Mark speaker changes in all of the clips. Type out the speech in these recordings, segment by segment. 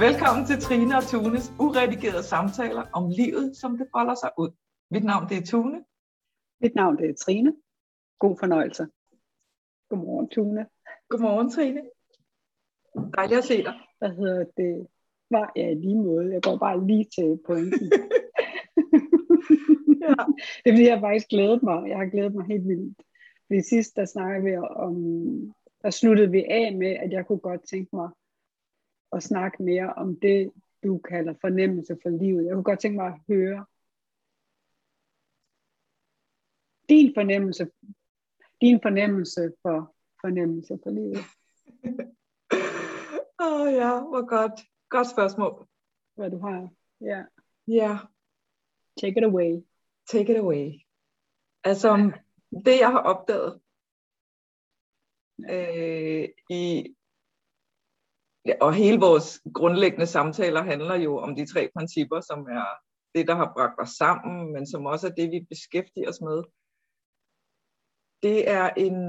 Speaker 1: Velkommen til Trine og Tunes uredigerede samtaler om livet, som det folder sig ud. Mit navn det er Tune.
Speaker 2: Mit navn det er Trine. God fornøjelse. Godmorgen, Tune.
Speaker 1: Godmorgen, Trine. Dejligt at se dig.
Speaker 2: Hvad hedder det? Var jeg i lige måde. Jeg går bare lige til pointen. Ja. Det er fordi, jeg faktisk glædet mig. Jeg har glædet mig helt vildt. Fordi sidst, der snakkede vi om, der sluttede vi af med, at jeg kunne godt tænke mig at snakke mere om det, du kalder fornemmelse for livet. Jeg kunne godt tænke mig at høre din fornemmelse for livet.
Speaker 1: Ja, hvor godt. Godt spørgsmål.
Speaker 2: Hvad du har. Ja.
Speaker 1: Ja.
Speaker 2: Take it away.
Speaker 1: Take it away. Altså, det jeg har opdaget og hele vores grundlæggende samtaler handler jo om de 3 principper, som er det, der har bragt os sammen, men som også er det, vi beskæftiger os med. Det er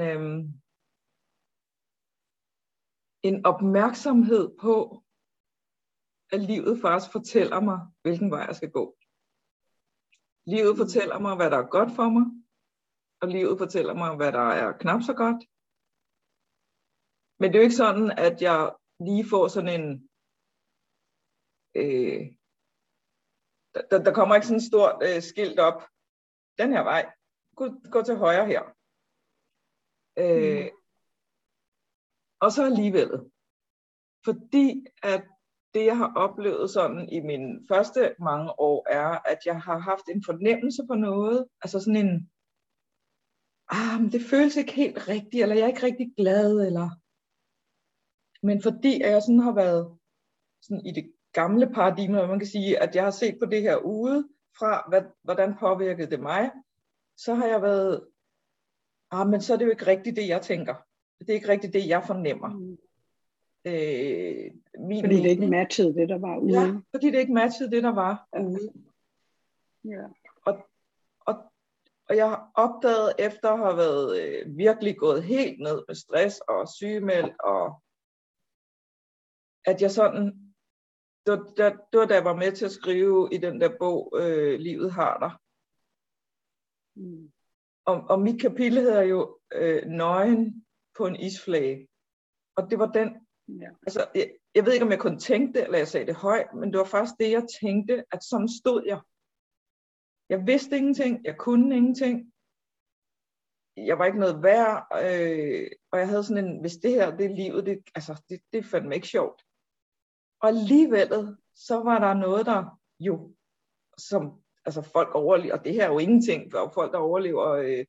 Speaker 1: en opmærksomhed på, at livet faktisk fortæller mig, hvilken vej jeg skal gå. Livet fortæller mig, hvad der er godt for mig, og livet fortæller mig, hvad der er knap så godt. Men det er jo ikke sådan, at jeg lige får sådan en... Der kommer ikke sådan en stort skilt op. Den her vej. Gå til højre her. Og så alligevel. Fordi at det, jeg har oplevet sådan i mine første mange år, er, at jeg har haft en fornemmelse på noget. Altså sådan en... men det føles ikke helt rigtigt, eller jeg er ikke rigtig glad, eller... Men fordi jeg sådan har været sådan i det gamle paradigme, hvor man kan sige, at jeg har set på det her ude fra, hvordan påvirkede det mig, så har jeg været, men så er det jo ikke rigtigt det, jeg tænker. Det er ikke rigtigt det, jeg fornemmer.
Speaker 2: Fordi det ikke matchede det, der var ude.
Speaker 1: Ja, fordi det ikke matchede det, der var ude.
Speaker 2: Ja.
Speaker 1: Og jeg har opdaget, efter at have været virkelig gået helt ned med stress og sygemeldt, og at jeg sådan, det var da jeg var med til at skrive i den der bog, Livet har dig. Og mit kapitel hedder jo Nøgen på en isflage. Og det var den, altså jeg ved ikke om jeg kun tænkte det, eller jeg sagde det højt, men det var faktisk det jeg tænkte, at sådan stod jeg. Jeg vidste ingenting, jeg kunne ingenting. Jeg var ikke noget værd, og jeg havde sådan en, hvis det her, det er livet, det er fandme ikke sjovt. Og alligevel, så var der noget, der jo, som altså folk overlever, og det her er jo ingenting, for folk, der overlever,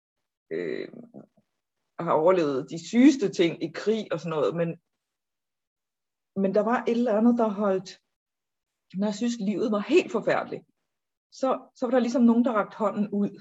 Speaker 1: har overlevet de sygeste ting i krig og sådan noget, men der var et eller andet, der holdt, når jeg synes, livet var helt forfærdeligt, så var der ligesom nogen, der rakte hånden ud.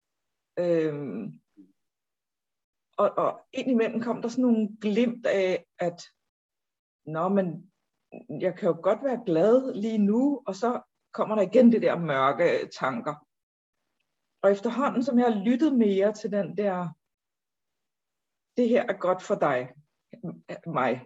Speaker 1: Og indimellem kom der sådan nogle glimt af, at men jeg kan jo godt være glad lige nu, og så kommer der igen det der mørke tanker. Og efterhånden, som jeg har lyttet mere til den der, det her er godt for dig, mig,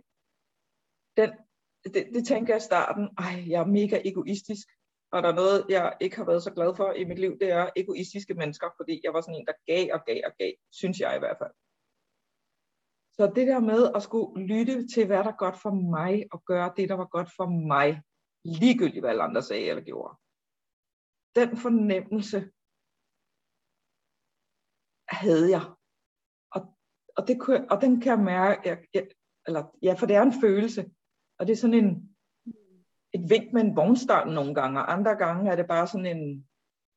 Speaker 1: det tænker jeg i starten, jeg er mega egoistisk, og der er noget, jeg ikke har været så glad for i mit liv, det er egoistiske mennesker, fordi jeg var sådan en, der gav, synes jeg i hvert fald. Så det der med at skulle lytte til, hvad der er godt for mig, og gøre det, der var godt for mig, ligegyldigt hvad alle andre sagde eller gjorde. Den fornemmelse havde jeg. Og den kan jeg mærke, for det er en følelse. Og det er sådan et vink med en vognstang nogle gange, og andre gange er det bare sådan en,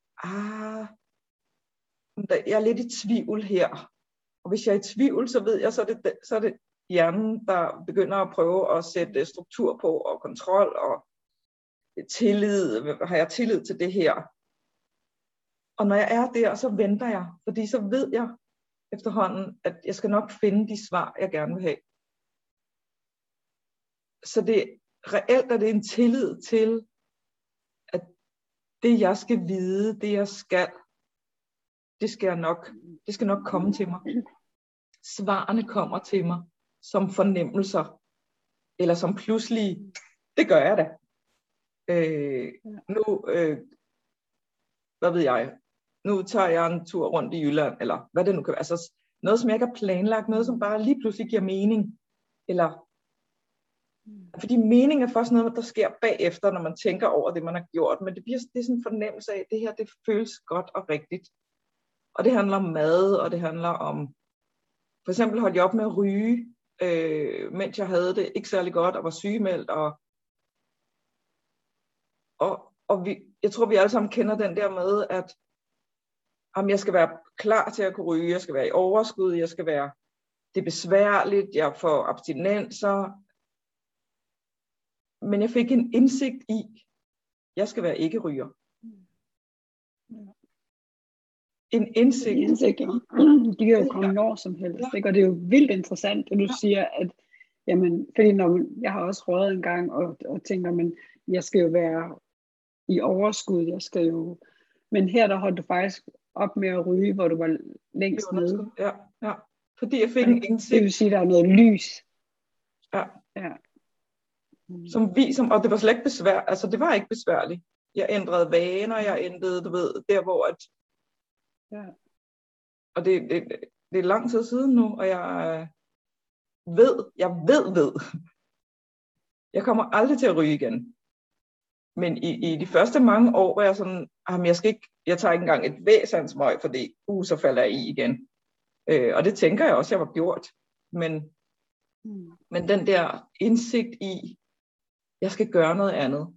Speaker 1: jeg er lidt i tvivl her. Og hvis jeg er i tvivl, så ved jeg, så er det hjernen, der begynder at prøve at sætte struktur på, og kontrol, og tillid. Har jeg tillid til det her? Og når jeg er der, så venter jeg, fordi så ved jeg efterhånden, at jeg skal nok finde de svar, jeg gerne vil have. Så det reelt er det en tillid til, at det jeg skal vide, det jeg skal, det skal nok komme til mig. Svarene kommer til mig som fornemmelser, eller som pludselig Det gør jeg da. Nu, hvad ved jeg, nu tager jeg en tur rundt i Jylland, eller hvad det nu kan være. Altså noget, som jeg ikke har planlagt, noget, som bare lige pludselig giver mening. Eller, fordi mening er først noget, der sker bagefter, når man tænker over det, man har gjort. Men det er sådan en fornemmelse af, at det her, det føles godt og rigtigt. Og det handler om mad, og det handler om, for eksempel holdt jeg op med at ryge, mens jeg havde det ikke særlig godt, og var sygemeldt, jeg tror, vi alle sammen kender den der med, at jeg skal være klar til at kunne ryge, jeg skal være i overskud, det er besværligt, jeg får abstinenser. Men jeg fik en indsigt i, jeg skal være ikke-ryger. En indsigt.
Speaker 2: De kan jo komme når som helst, ikke? Og det er jo vildt interessant, at du siger, at jamen, fordi jeg har også røget en gang, og tænker, men jeg skal jo være i overskud, men her der holdt du faktisk op med at ryge, hvor du var længst nede.
Speaker 1: Ja. Fordi jeg fik en indsigt.
Speaker 2: Det vil sige, der er noget lys.
Speaker 1: Ja. Og det var slet ikke besvær, altså det var ikke besværligt. Jeg ændrede vaner, jeg ændrede, du ved, der hvor at... Ja. Og det er lang tid siden nu, og jeg ved. Jeg kommer aldrig til at ryge igen. Men i de første mange år var jeg sådan, jeg tager ikke engang et væsensmøg, fordi så falder jeg i igen. Og det tænker jeg også, jeg var gjort. Men den der indsigt i, jeg skal gøre noget andet.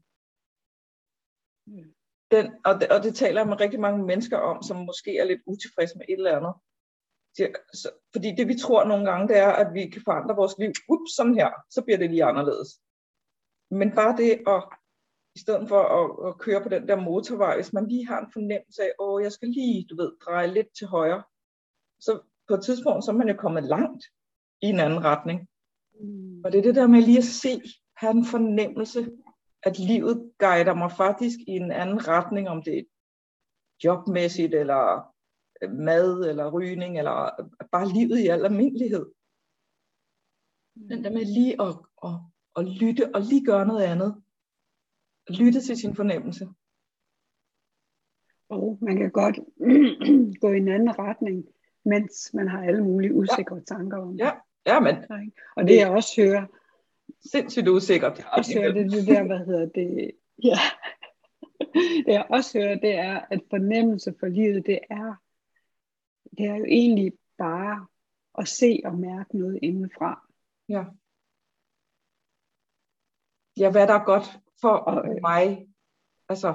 Speaker 1: Og det taler jeg med rigtig mange mennesker om, som måske er lidt utilfredse med et eller andet. Fordi det vi tror nogle gange, det er, at vi kan forandre vores liv. Sådan her, så bliver det lige anderledes. Men bare det at, i stedet for at køre på den der motorvej, hvis man lige har en fornemmelse af, jeg skal lige, dreje lidt til højre. Så på et tidspunkt, så er man jo kommet langt i en anden retning. Og det er det der med lige at have en fornemmelse, at livet guider mig faktisk i en anden retning, om det er jobmæssigt, eller mad, eller rygning, eller bare livet i al almindelighed. Den der med lige at lytte, og lige gøre noget andet. Lytte til sin fornemmelse.
Speaker 2: Og man kan godt gå i en anden retning, mens man har alle mulige usikre tanker om det.
Speaker 1: Ja, men...
Speaker 2: Og det jeg også hører...
Speaker 1: Sindssygt usikkert.
Speaker 2: Jeg også hører det der, ja. Det jeg også hører, det er, at fornemmelse for livet, det er jo egentlig bare at se og mærke noget indenfra.
Speaker 1: Ja. Ja, hvad der er godt for mig. Altså,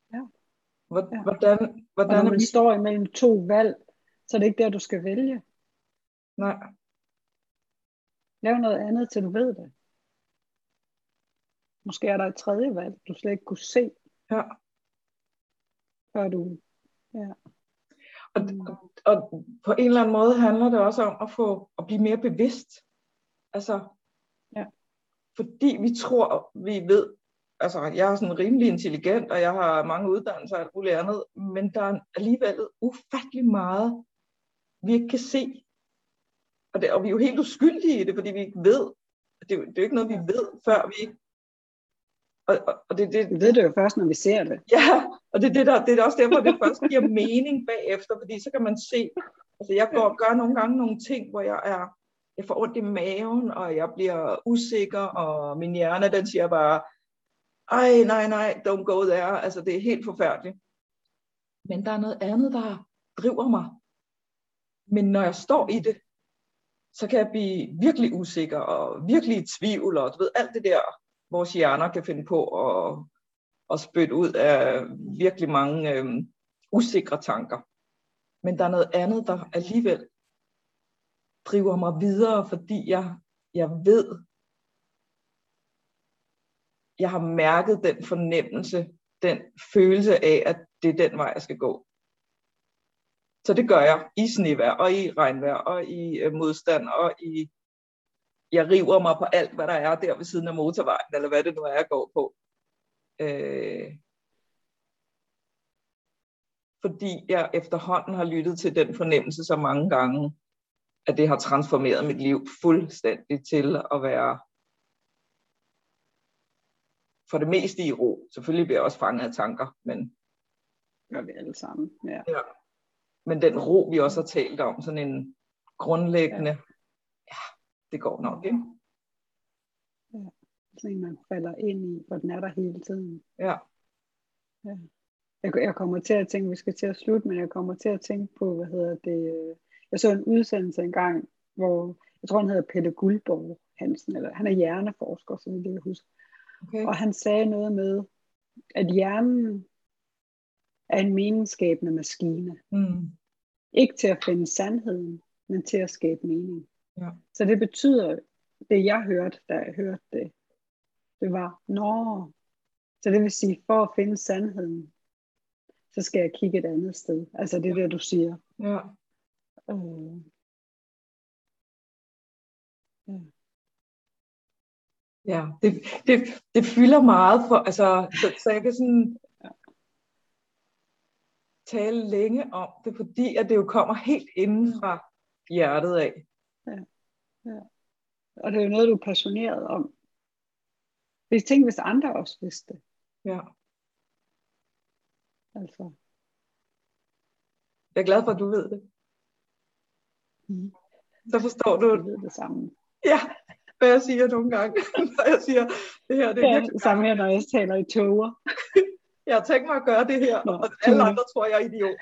Speaker 1: hvordan
Speaker 2: og når man står imellem to valg, så er det ikke der, du skal vælge.
Speaker 1: Nej.
Speaker 2: Lav noget andet, til du ved det. Måske er der et tredje valg, du slet ikke kunne se.
Speaker 1: Ja.
Speaker 2: Før du... Ja.
Speaker 1: Og på en eller anden måde handler det også om at blive mere bevidst. Altså, fordi vi tror, vi ved, altså jeg er sådan rimelig intelligent, og jeg har mange uddannelser og alt muligt andet, men der er alligevel ufattelig meget, vi ikke kan se. Og vi er jo helt uskyldige i det, fordi vi ikke ved. Det er jo ikke noget, vi ved, før vi... Og det
Speaker 2: vi ved det jo først, når vi ser det.
Speaker 1: Ja, og det er også derfor, det først giver mening bagefter, fordi så kan man se... Altså jeg gør nogle gange nogle ting, hvor jeg får ondt i maven, og jeg bliver usikker, og min hjerne, den siger bare, nej, don't go there. Altså, det er helt forfærdeligt. Men der er noget andet, der driver mig. Men når jeg står i det, så kan jeg blive virkelig usikker, og virkelig i tvivl, og du ved, alt det der, vores hjerner kan finde på at spytte ud af virkelig mange usikre tanker. Men der er noget andet, der alligevel driver mig videre, fordi jeg ved, jeg har mærket den fornemmelse, den følelse af, at det er den vej, jeg skal gå. Så det gør jeg i snevejr, og i regnvejr, og i modstand, og jeg river mig på alt, hvad der er der ved siden af motorvejen, eller hvad det nu er, jeg går på. Fordi jeg efterhånden har lyttet til den fornemmelse så mange gange, at det har transformeret mit liv fuldstændig til at være for det meste i ro. Selvfølgelig bliver jeg også fanget af tanker, men
Speaker 2: gør vi alle sammen. Ja.
Speaker 1: Ja. Men den ro, vi også har talt om, sådan en grundlæggende, ja, det går nok, ikke?
Speaker 2: Ja. Sådan man falder ind i, hvor den er der hele tiden.
Speaker 1: Ja.
Speaker 2: Ja. Jeg kommer til at tænke, vi skal til at slutte, men jeg kommer til at tænke på, jeg så en udsendelse engang, hvor, jeg tror han hedder Pelle Guldborg Hansen, eller han er hjerneforsker, så det jeg husker.
Speaker 1: Okay.
Speaker 2: Og han sagde noget med, at hjernen er en meningsskabende maskine. Ikke til at finde sandheden, men til at skabe mening.
Speaker 1: Ja.
Speaker 2: Så det betyder, det jeg hørte, da jeg hørte det, det var, så det vil sige, for at finde sandheden, så skal jeg kigge et andet sted. Altså det der, du siger.
Speaker 1: Ja. Ja, det fylder meget for, altså, så jeg kan sådan tale længe om det, fordi at det jo kommer helt inden fra hjertet af.
Speaker 2: Ja. Ja. Og det er jo noget, du er passioneret om. Hvis andre også vidste det.
Speaker 1: Ja.
Speaker 2: Altså.
Speaker 1: Jeg er glad for, at du ved det. Så forstår du.
Speaker 2: Jeg ved det samme.
Speaker 1: Ja, hvad jeg siger nogle gange. Når jeg siger, det her, det er virkelig
Speaker 2: det samme her, når jeg taler i toger.
Speaker 1: Jeg har tænkt mig at gøre det her, og alle andre tror, jeg er idiot.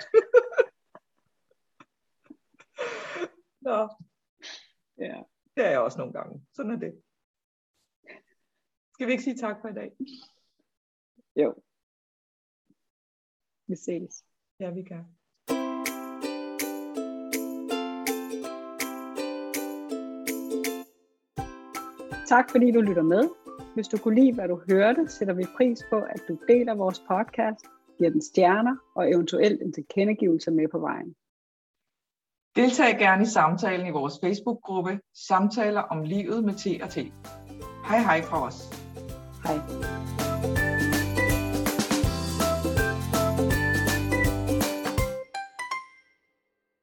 Speaker 1: Nå.
Speaker 2: Ja.
Speaker 1: Det er jeg også nogle gange. Sådan er det. Skal vi ikke sige tak for i dag?
Speaker 2: Jo. Vi ses.
Speaker 1: Ja, vi kan.
Speaker 2: Tak fordi du lytter med. Hvis du kunne lide, hvad du hørte, sætter vi pris på, at du deler vores podcast, giver den stjerner og eventuelt en tilkendegivelse med på vejen.
Speaker 1: Deltag gerne i samtalen i vores Facebook-gruppe Samtaler om livet med T&T. Hej hej fra os.
Speaker 2: Hej.